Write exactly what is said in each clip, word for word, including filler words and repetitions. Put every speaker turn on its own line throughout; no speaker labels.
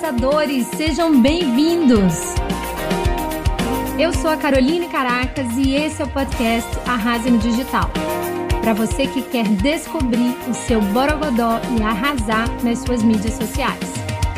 arrasadores, sejam bem-vindos! Eu sou a Caroline Caracas e esse é o podcast Arrase no Digital. Para você que quer descobrir o seu borogodó e arrasar nas suas mídias sociais.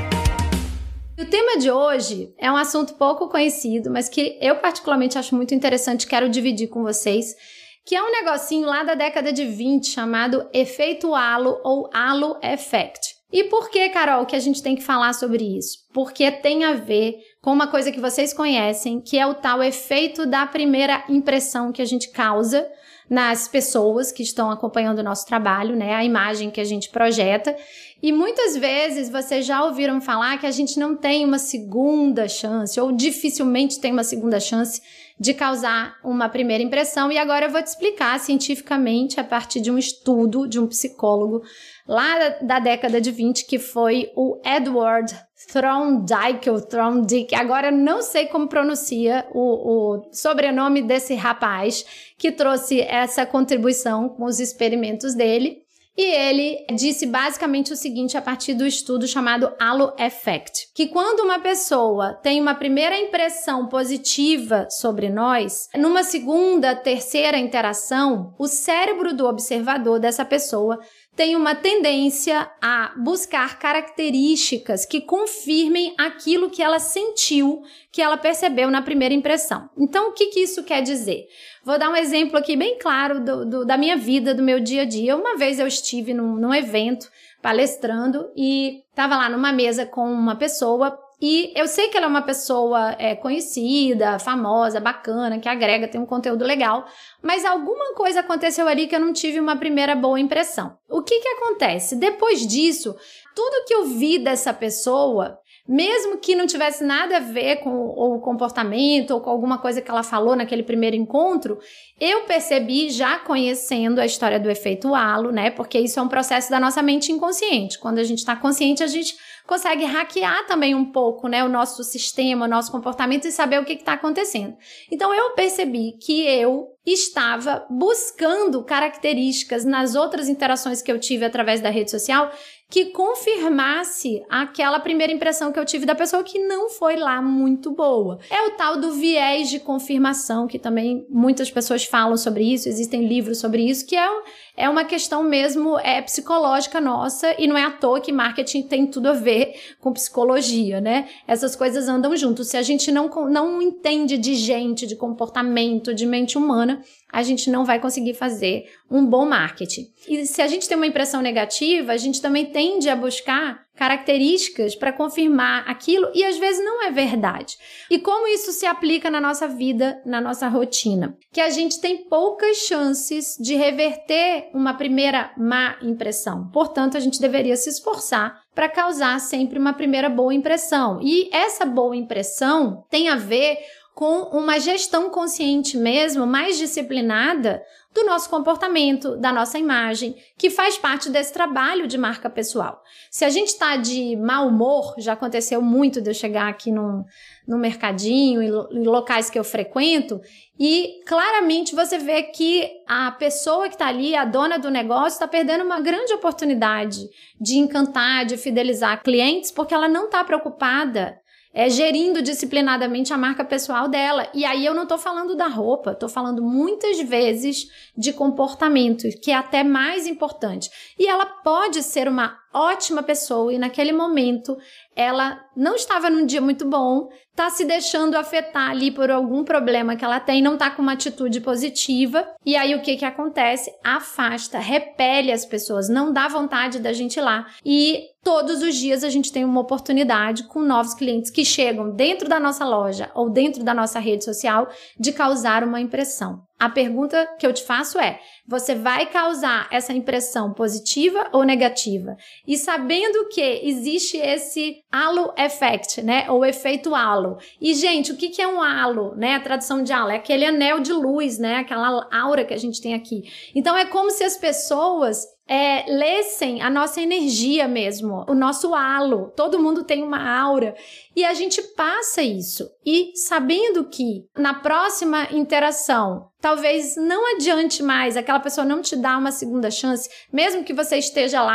O tema de hoje é um assunto pouco conhecido, mas que eu particularmente acho muito interessante e quero dividir com vocês, que é um negocinho lá da década de vinte chamado efeito halo ou halo effect. E por que, Carol, que a gente tem que falar sobre isso? Porque tem a ver com uma coisa que vocês conhecem, que é o tal efeito da primeira impressão que a gente causa nas pessoas que estão acompanhando o nosso trabalho, né? A imagem que a gente projeta. E muitas vezes vocês já ouviram falar que a gente não tem uma segunda chance, ou dificilmente tem uma segunda chance de causar uma primeira impressão. E agora eu vou te explicar cientificamente, a partir de um estudo de um psicólogo lá da, da década de vinte, que foi o Edward Thorndike, ou Thorndike, agora eu não sei como pronuncia o, o sobrenome desse rapaz que trouxe essa contribuição com os experimentos dele. E ele disse basicamente o seguinte a partir do estudo chamado Halo Effect, que quando uma pessoa tem uma primeira impressão positiva sobre nós, numa segunda, terceira interação, o cérebro do observador dessa pessoa tem uma tendência a buscar características que confirmem aquilo que ela sentiu, que ela percebeu na primeira impressão. Então, o que, que isso quer dizer? Vou dar um exemplo aqui bem claro do, do, da minha vida, do meu dia a dia. Uma vez eu estive num, num evento palestrando e estava lá numa mesa com uma pessoa e eu sei que ela é uma pessoa é, conhecida, famosa, bacana, que agrega, tem um conteúdo legal, mas alguma coisa aconteceu ali que eu não tive uma primeira boa impressão. O que que acontece? Depois disso, tudo que eu vi dessa pessoa, mesmo que não tivesse nada a ver com o comportamento ou com alguma coisa que ela falou naquele primeiro encontro, eu percebi, já conhecendo a história do efeito halo, né? Porque isso é um processo da nossa mente inconsciente. Quando a gente está consciente, a gente consegue hackear também um pouco, né, o nosso sistema, o nosso comportamento e saber o que está acontecendo. Então, eu percebi que eu estava buscando características nas outras interações que eu tive através da rede social que confirmasse aquela primeira impressão que eu tive da pessoa que não foi lá muito boa. É o tal do viés de confirmação, que também muitas pessoas falam sobre isso, existem livros sobre isso, que é, é uma questão mesmo é, psicológica nossa, e não é à toa que marketing tem tudo a ver com psicologia, né? Essas coisas andam juntos. Se a gente não, não entende de gente, de comportamento, de mente humana, a gente não vai conseguir fazer um bom marketing. E se a gente tem uma impressão negativa, a gente também tende a buscar características para confirmar aquilo e às vezes não é verdade. E como isso se aplica na nossa vida, na nossa rotina? Que a gente tem poucas chances de reverter uma primeira má impressão. Portanto, a gente deveria se esforçar para causar sempre uma primeira boa impressão. E essa boa impressão tem a ver com uma gestão consciente mesmo, mais disciplinada do nosso comportamento, da nossa imagem, que faz parte desse trabalho de marca pessoal. Se a gente está de mau humor, já aconteceu muito de eu chegar aqui num, num mercadinho, em, em locais que eu frequento, e claramente você vê que a pessoa que está ali, a dona do negócio, está perdendo uma grande oportunidade de encantar, de fidelizar clientes, porque ela não está preocupada É, gerindo disciplinadamente a marca pessoal dela. E aí eu não tô falando da roupa, tô falando muitas vezes de comportamento, que é até mais importante. E ela pode ser uma ótima pessoa e naquele momento ela não estava num dia muito bom, tá se deixando afetar ali por algum problema que ela tem, não tá com uma atitude positiva. E aí o que que acontece? Afasta, repele as pessoas, não dá vontade da gente ir lá. E todos os dias a gente tem uma oportunidade com novos clientes que chegam dentro da nossa loja ou dentro da nossa rede social de causar uma impressão. A pergunta que eu te faço é, você vai causar essa impressão positiva ou negativa? E sabendo que existe esse halo effect, né? Ou efeito halo. E, gente, o que que é um halo, né? A tradução de halo é aquele anel de luz, né? Aquela aura que a gente tem aqui. Então, é como se as pessoas É, lessem a nossa energia mesmo, o nosso halo. Todo mundo tem uma aura e a gente passa isso. E sabendo que na próxima interação, talvez não adiante mais, aquela pessoa não te dá uma segunda chance, mesmo que você esteja lá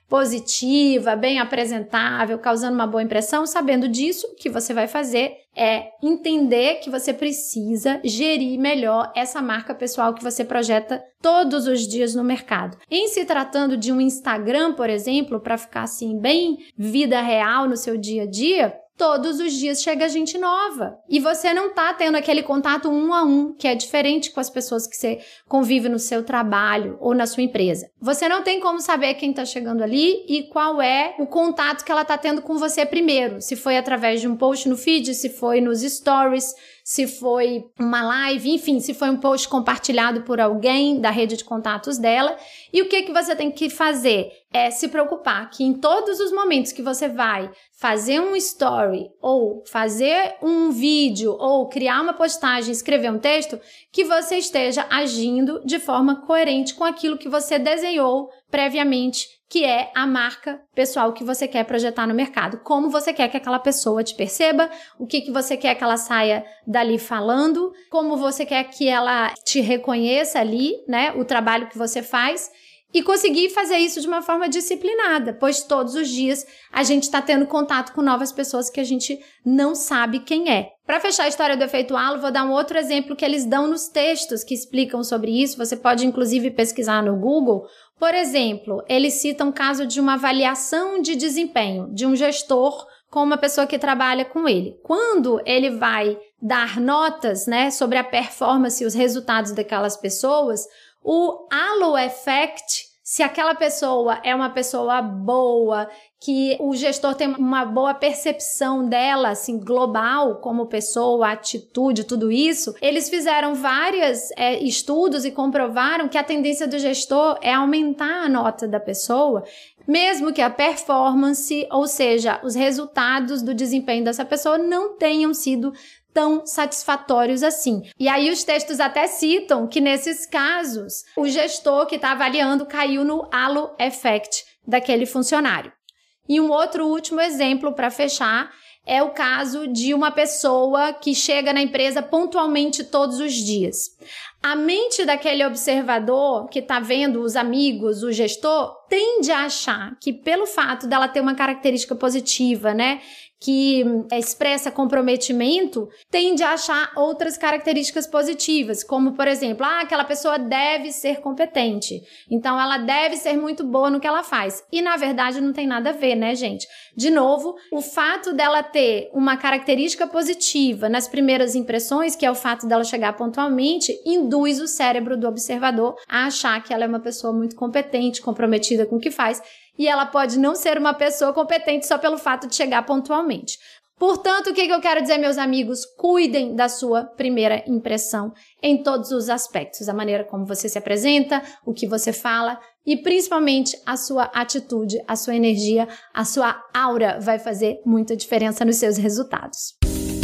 positiva, bem apresentável, causando uma boa impressão. Sabendo disso, o que você vai fazer é entender que você precisa gerir melhor essa marca pessoal que você projeta todos os dias no mercado. Em se tratando de um Instagram, por exemplo, para ficar assim bem vida real no seu dia a dia, todos os dias chega gente nova. E você não tá tendo aquele contato um a um, que é diferente com as pessoas que você convive no seu trabalho ou na sua empresa. Você não tem como saber quem tá chegando ali e qual é o contato que ela tá tendo com você primeiro. Se foi através de um post no feed, se foi nos stories, se foi uma live, enfim, se foi um post compartilhado por alguém da rede de contatos dela. E o que que você tem que fazer? É se preocupar que em todos os momentos que você vai fazer um story ou fazer um vídeo ou criar uma postagem, escrever um texto, que você esteja agindo de forma coerente com aquilo que você desenhou previamente, que é a marca pessoal que você quer projetar no mercado. Como você quer que aquela pessoa te perceba, o que, que você quer que ela saia dali falando, como você quer que ela te reconheça ali, né, o trabalho que você faz, e conseguir fazer isso de uma forma disciplinada, pois todos os dias a gente está tendo contato com novas pessoas que a gente não sabe quem é. Para fechar a história do efeito halo, vou dar um outro exemplo que eles dão nos textos que explicam sobre isso. Você pode inclusive pesquisar no Google. Por exemplo, eles citam o caso de uma avaliação de desempenho de um gestor com uma pessoa que trabalha com ele. Quando ele vai dar notas, né, sobre a performance e os resultados daquelas pessoas, o halo effect, se aquela pessoa é uma pessoa boa, que o gestor tem uma boa percepção dela, assim, global, como pessoa, atitude, tudo isso, eles fizeram vários é, estudos e comprovaram que a tendência do gestor é aumentar a nota da pessoa, mesmo que a performance, ou seja, os resultados do desempenho dessa pessoa não tenham sido tão satisfatórios assim. E aí os textos até citam que nesses casos o gestor que está avaliando caiu no halo effect daquele funcionário. E um outro último exemplo para fechar é o caso de uma pessoa que chega na empresa pontualmente todos os dias. A mente daquele observador que está vendo os amigos, o gestor, tende a achar que pelo fato dela ter uma característica positiva, né, que expressa comprometimento, tende a achar outras características positivas, como, por exemplo, ah, aquela pessoa deve ser competente, então ela deve ser muito boa no que ela faz. E, na verdade, não tem nada a ver, né, gente? De novo, o fato dela ter uma característica positiva nas primeiras impressões, que é o fato dela chegar pontualmente, induz o cérebro do observador a achar que ela é uma pessoa muito competente, comprometida com o que faz, e ela pode não ser uma pessoa competente só pelo fato de chegar pontualmente. Portanto, o que eu quero dizer, meus amigos? Cuidem da sua primeira impressão em todos os aspectos. A maneira como você se apresenta, o que você fala e principalmente a sua atitude, a sua energia, a sua aura vai fazer muita diferença nos seus resultados.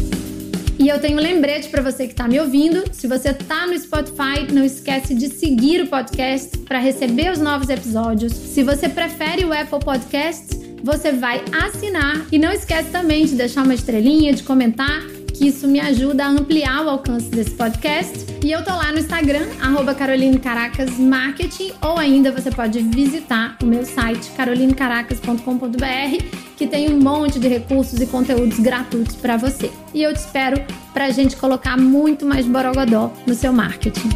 E eu tenho um lembrete para você que está me ouvindo. Se você está no Spotify, não esquece de seguir o podcast para receber os novos episódios. Se você prefere o Apple Podcasts, você vai assinar. E não esquece também de deixar uma estrelinha, de comentar, que isso me ajuda a ampliar o alcance desse podcast. E eu tô lá no Instagram, arroba Caroline Caracas Marketing, ou ainda você pode visitar o meu site, caroline caracas ponto com ponto b r, que tem um monte de recursos e conteúdos gratuitos para você. E eu te espero pra gente colocar muito mais borogodó no seu marketing.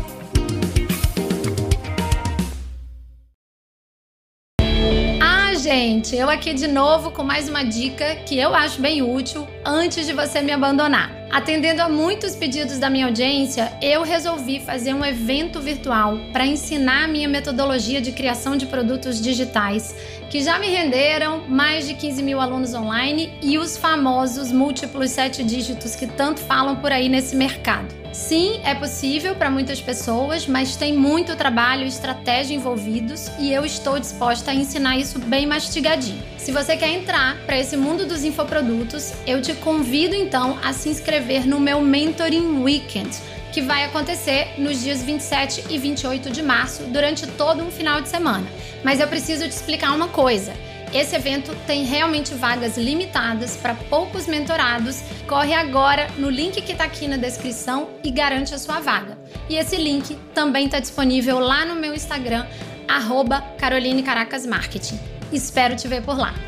Gente, eu aqui de novo com mais uma dica que eu acho bem útil antes de você me abandonar. Atendendo a muitos pedidos da minha audiência, eu resolvi fazer um evento virtual para ensinar a minha metodologia de criação de produtos digitais, que já me renderam mais de quinze mil alunos online e os famosos múltiplos sete dígitos que tanto falam por aí nesse mercado. Sim, é possível para muitas pessoas, mas tem muito trabalho e estratégia envolvidos e eu estou disposta a ensinar isso bem mastigadinho. Se você quer entrar para esse mundo dos infoprodutos, eu te convido então a se inscrever no meu Mentoring Weekend, que vai acontecer nos dias vinte e sete e vinte e oito de março, durante todo um final de semana. Mas eu preciso te explicar uma coisa. Esse evento tem realmente vagas limitadas para poucos mentorados. Corre agora no link que está aqui na descrição e garante a sua vaga. E esse link também está disponível lá no meu Instagram, arroba Caroline Caracas Marketing. Espero te ver por lá.